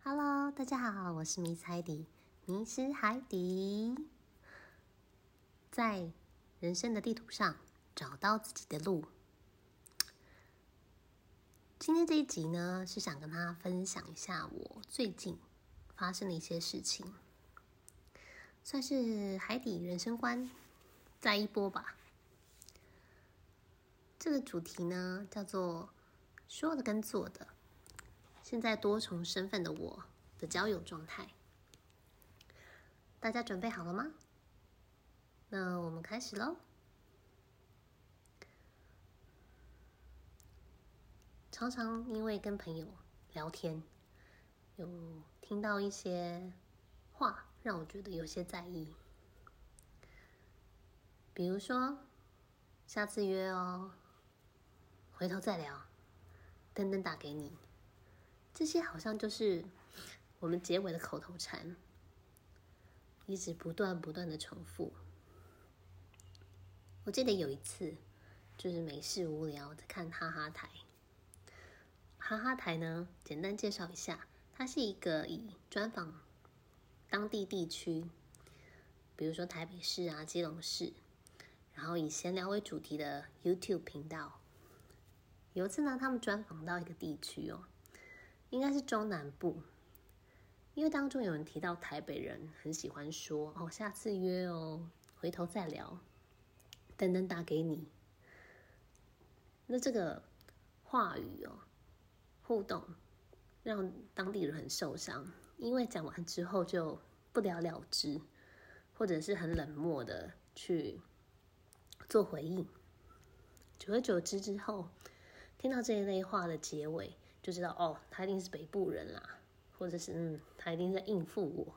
Hello， 大家好，我是迷失海底，迷失海底，在人生的地图上找到自己的路。今天这一集呢，是想跟大家分享一下我最近发生的一些事情，算是海底人生观再一波吧。这个主题呢，叫做说的跟做的，现在多重身份的我的交友状态。大家准备好了吗？那我们开始咯。常常因为跟朋友聊天，有听到一些话让我觉得有些在意，比如说下次约哦，回头再聊，等等打给你，这些好像就是我们结尾的口头禅，一直不断的重复。我记得有一次就是没事无聊在看哈哈台，哈哈台呢，简单介绍一下，它是一个以专访当地地区，比如说台北市啊、基隆市，然后以闲聊为主题的 YouTube 频道。有一次呢，他们专访到一个地区哦，应该是中南部，因为当中有人提到台北人很喜欢说哦，下次约哦，回头再聊，等等打给你。那这个话语哦，互动让当地人很受伤，因为讲完之后就不了了之，或者是很冷漠的去做回应。久而久之之后，听到这一类话的结尾，就知道哦，他一定是北部人啦，或者是他一定在应付我。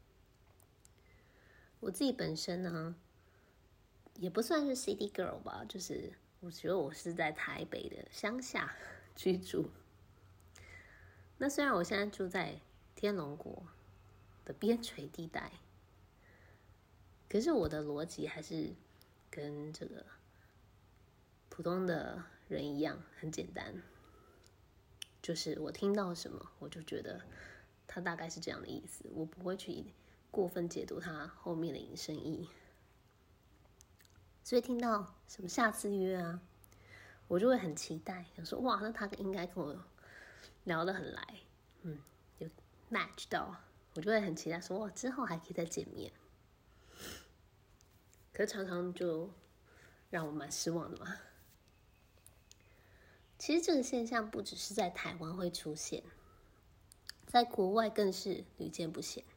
我自己本身呢，也不算是 City Girl 吧，就是我觉得我是在台北的乡下居住。那虽然我现在住在天龙国的边陲地带，可是我的逻辑还是跟这个普通的人一样，很简单，就是我听到什么，我就觉得它大概是这样的意思，我不会去过分解读它后面的引申义。所以听到什么下次约啊，我就会很期待，想说哇，那他应该跟我聊得很来，有 match 到，我就会很期待说哇，之后还可以再见面。可是常常就让我蛮失望的嘛。其实这个现象不只是在台湾会出现，在国外更是屡见不鲜。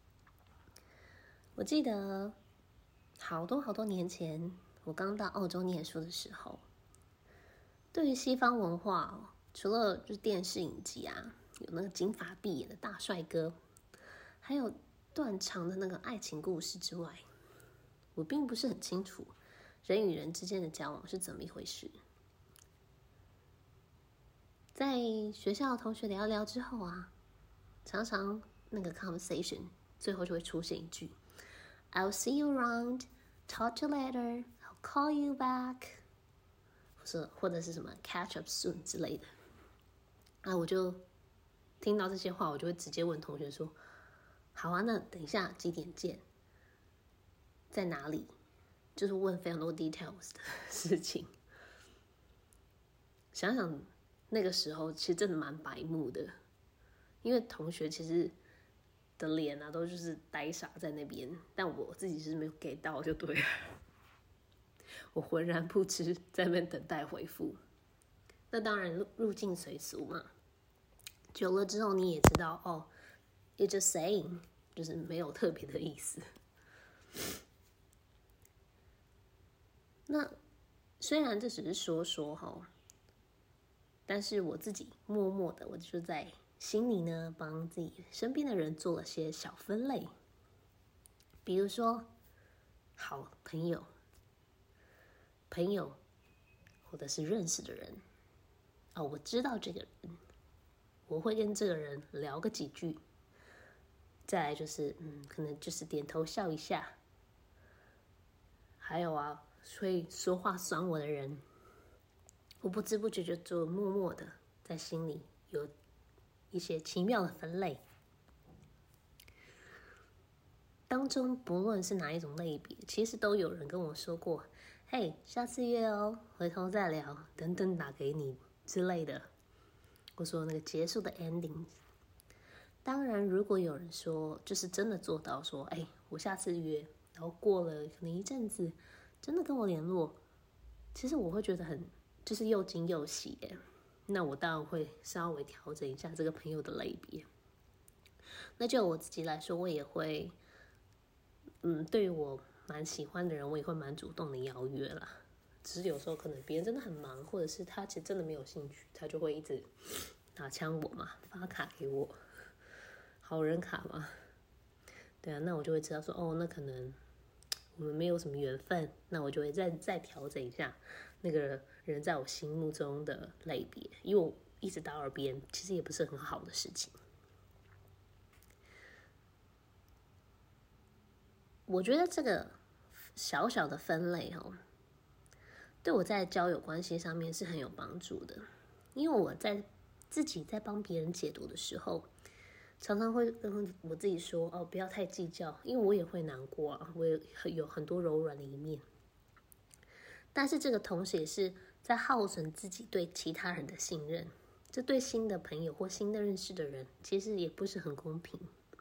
我记得好多年前，我刚到澳洲念书的时候，对于西方文化哦，除了就是电视影集啊，有那个金发碧眼的大帅哥，还有断肠的那个爱情故事之外，我并不是很清楚人与人之间的交往是怎么一回事。在学校同学聊一聊之后啊，常常那个 conversation 最后就会出现一句 I'll see you around, talk to you later, I'll call you back， 或者是什么 catch up soon 之类的。我就听到这些话，我就会直接问同学说，好啊，那等一下几点见，在哪里，就是问非常多 details 的事情。想想那个时候其实真的蛮白目的，因为同学其实的脸啊都就是呆傻在那边，但我自己是没有给到就对了，我浑然不知在那边等待回复。那当然入境随俗嘛，久了之后你也知道哦 ，it's just saying， 就是没有特别的意思。那虽然这只是说说哈，但是我自己默默的，我就在心里呢，帮自己身边的人做了些小分类。比如说，好朋友，或者是认识的人，我知道这个人，我会跟这个人聊个几句。再来就是，可能就是点头笑一下。还有啊，会说话酸我的人，我不知不觉就默默的在心里有一些奇妙的分类。 当中不论是哪一种类别，其实都有人跟我说过，嘿，下次约哦，回头再聊，等等打给你之类的。我说那个结束的 ending。当然，如果有人说就是真的做到说，我下次约，然后过了可能一阵子，真的跟我联络，其实我会觉得很就是又惊又喜耶。那我当然会稍微调整一下这个朋友的类别。那就我自己来说，我也会，对于我蛮喜欢的人，我也会蛮主动的邀约啦。只是有时候可能别人真的很忙，或者是他其实真的没有兴趣，他就会一直打枪我嘛，发卡给我，好人卡嘛。对啊，那我就会知道说，那可能我们没有什么缘分，那我就会再调整一下那个人在我心目中的类别，因为我一直打扰别人，其实也不是很好的事情。我觉得这个小小的分类对我在交友关系上面是很有帮助的，因为我自己在帮别人解读的时候，常常会跟我自己说，不要太计较，因为我也会难过啊，我也有很多柔软的一面。但是这个同时也是在耗损自己对其他人的信任，这对新的朋友或新的认识的人，其实也不是很公平。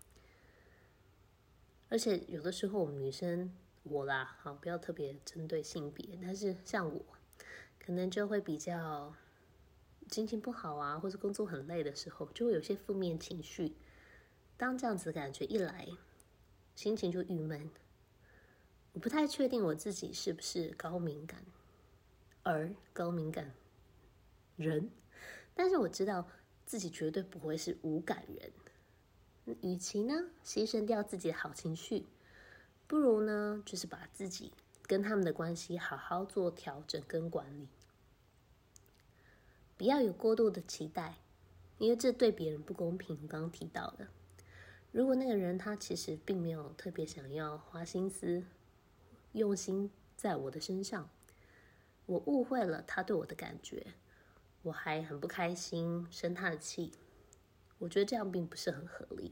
而且有的时候我们女生，我啦，不要特别针对性别，但是像我，可能就会比较心情不好啊，或者工作很累的时候，就会有些负面情绪。当这样子感觉一来，心情就郁闷。我不太确定我自己是不是高敏感人，但是我知道自己绝对不会是无感人。与其呢牺牲掉自己的好情绪，不如呢就是把自己跟他们的关系好好做调整跟管理，不要有过度的期待，因为这对别人不公平。我刚刚提到的，如果那个人他其实并没有特别想要花心思用心在我的身上，我误会了他对我的感觉，我还很不开心，生他的气，我觉得这样并不是很合理。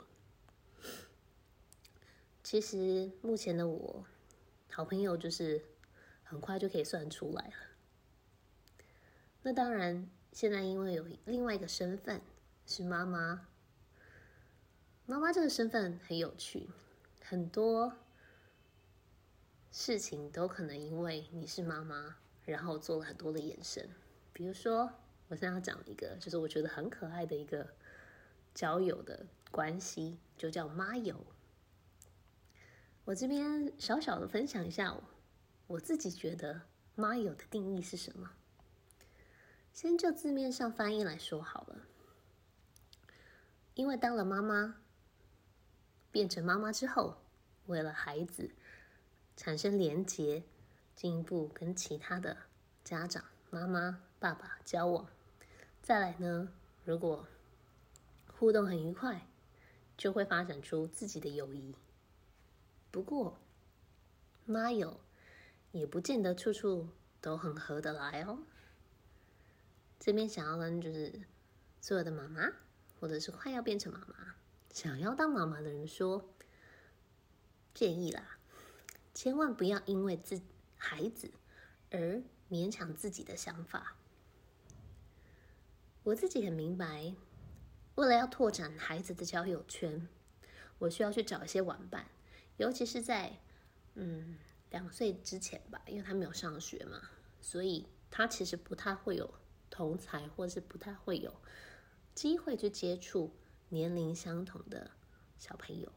其实目前的我，好朋友就是很快就可以算出来了。那当然，现在因为有另外一个身份是妈妈，妈妈这个身份很有趣，很多事情都可能因为你是妈妈，然后做了很多的延伸。比如说，我现在要讲一个，就是我觉得很可爱的一个交友的关系，就叫妈友。我这边小小的分享一下我自己觉得妈友的定义是什么。先就字面上翻译来说好了，因为当了妈妈，变成妈妈之后，为了孩子产生连结，进一步跟其他的家长、妈妈、爸爸交往。再来呢，如果互动很愉快，就会发展出自己的友谊。不过，妈友也不见得处处都很合得来哦。这边想要跟就是所有的妈妈，或者是快要变成妈妈、想要当妈妈的人说，建议啦，千万不要因为孩子而勉强自己的想法。我自己很明白，为了要拓展孩子的交友圈，我需要去找一些玩伴，尤其是在2岁之前吧，因为他没有上学嘛，所以他其实不太会有同侪，或是不太会有机会去接触年龄相同的小朋友。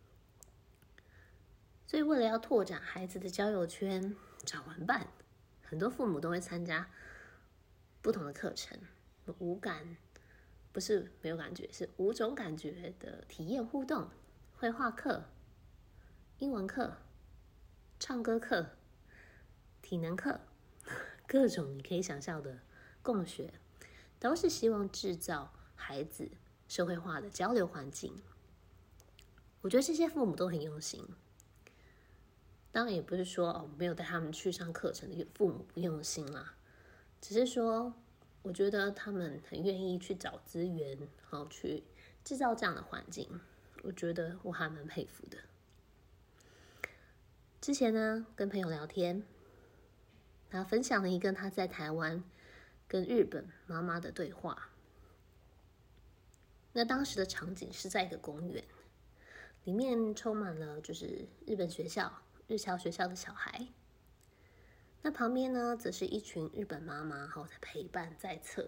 所以为了要拓展孩子的交友圈，找玩伴，很多父母都会参加不同的课程，不是没有感觉，是5种感觉的体验互动，绘画课、英文课、唱歌课、体能课，各种你可以想象的共学，都是希望制造孩子社会化的交流环境。我觉得这些父母都很用心，当然也不是说没有带他们去上课程的父母不用心啦，只是说我觉得他们很愿意去找资源，去制造这样的环境，我觉得我还蛮佩服的。 之前呢，跟朋友聊天，他分享了一个他在台湾跟日本妈妈的对话。那当时的场景是在一个公园，里面充满了就是日本学校、日侨学校的小孩。那旁边呢，则是一群日本妈妈在陪伴在侧。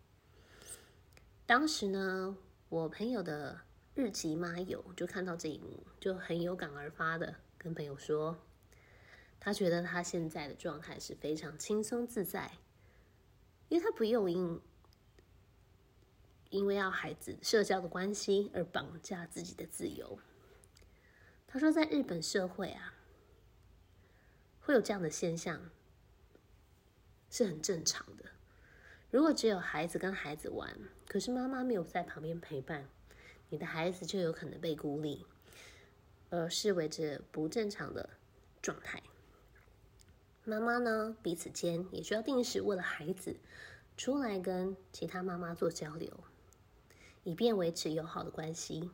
当时呢，我朋友的日籍妈友就看到这一幕，就很有感而发的跟朋友说，他觉得他现在的状态是非常轻松自在，因为他不用因为要孩子社交的关系而绑架自己的自由。他说，在日本社会啊，会有这样的现象是很正常的。如果只有孩子跟孩子玩，可是妈妈没有在旁边陪伴，你的孩子就有可能被孤立，而视为这不正常的状态。妈妈呢，彼此间也需要定时为了孩子出来跟其他妈妈做交流，以便维持友好的关系。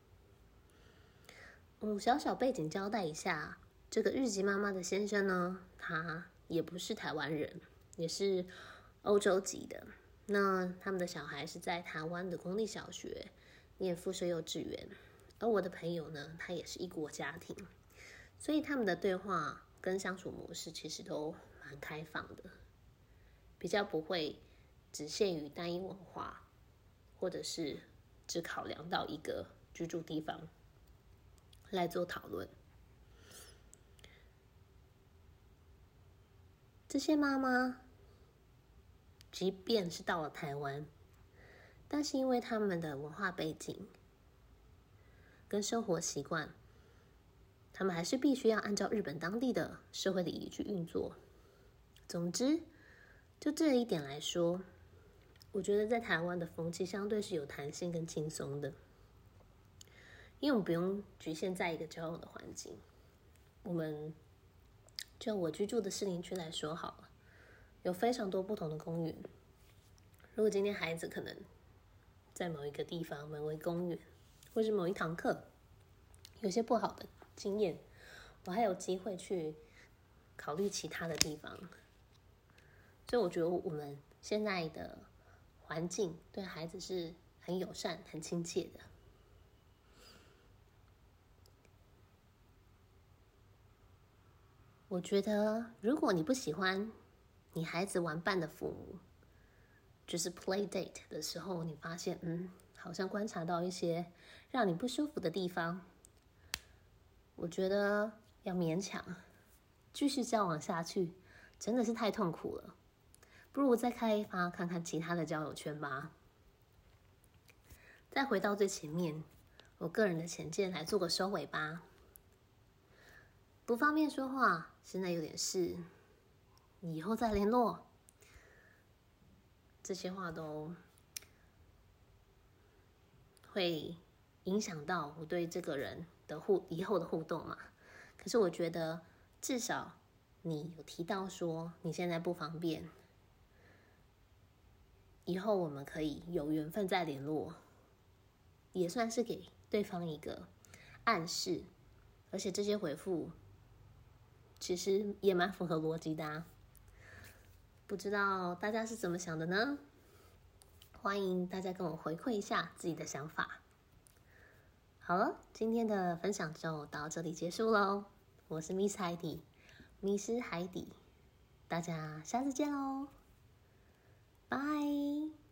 小小背景交代一下，这个日籍妈妈的先生呢，他也不是台湾人，也是欧洲籍的。那他们的小孩是在台湾的公立小学念附设幼稚园，而我的朋友呢，他也是异国家庭，所以他们的对话跟相处模式其实都蛮开放的，比较不会只限于单一文化，或者是只考量到一个居住地方来做讨论。这些妈妈即便是到了台湾，但是因为他们的文化背景跟生活习惯，他们还是必须要按照日本当地的社会礼仪去运作。总之，就这一点来说，我觉得在台湾的风气相对是有弹性跟轻松的，因为我们不用局限在一个交友的环境。就我居住的士林区来说好了，有非常多不同的公园。如果今天孩子可能在某一个地方、某一个公园，或是某一堂课有些不好的经验，我还有机会去考虑其他的地方。所以我觉得我们现在的环境对孩子是很友善、很亲切的。我觉得如果你不喜欢你孩子玩伴的父母，就是 play date 的时候，你发现好像观察到一些让你不舒服的地方，我觉得要勉强继续交往下去真的是太痛苦了，不如再开发看看其他的交友圈吧。再回到最前面，我个人的浅见来做个收尾吧。不方便说话，现在有点事，以后再联络。这些话都会影响到我对这个人的以后的互动嘛。可是我觉得至少你有提到说你现在不方便，以后我们可以有缘分再联络，也算是给对方一个暗示。而且这些回复其实也蛮符合逻辑的啊。不知道大家是怎么想的呢？欢迎大家跟我回馈一下自己的想法。好了，今天的分享就到这里结束咯。我是 Miss 海底，迷失海底，大家下次见咯，拜。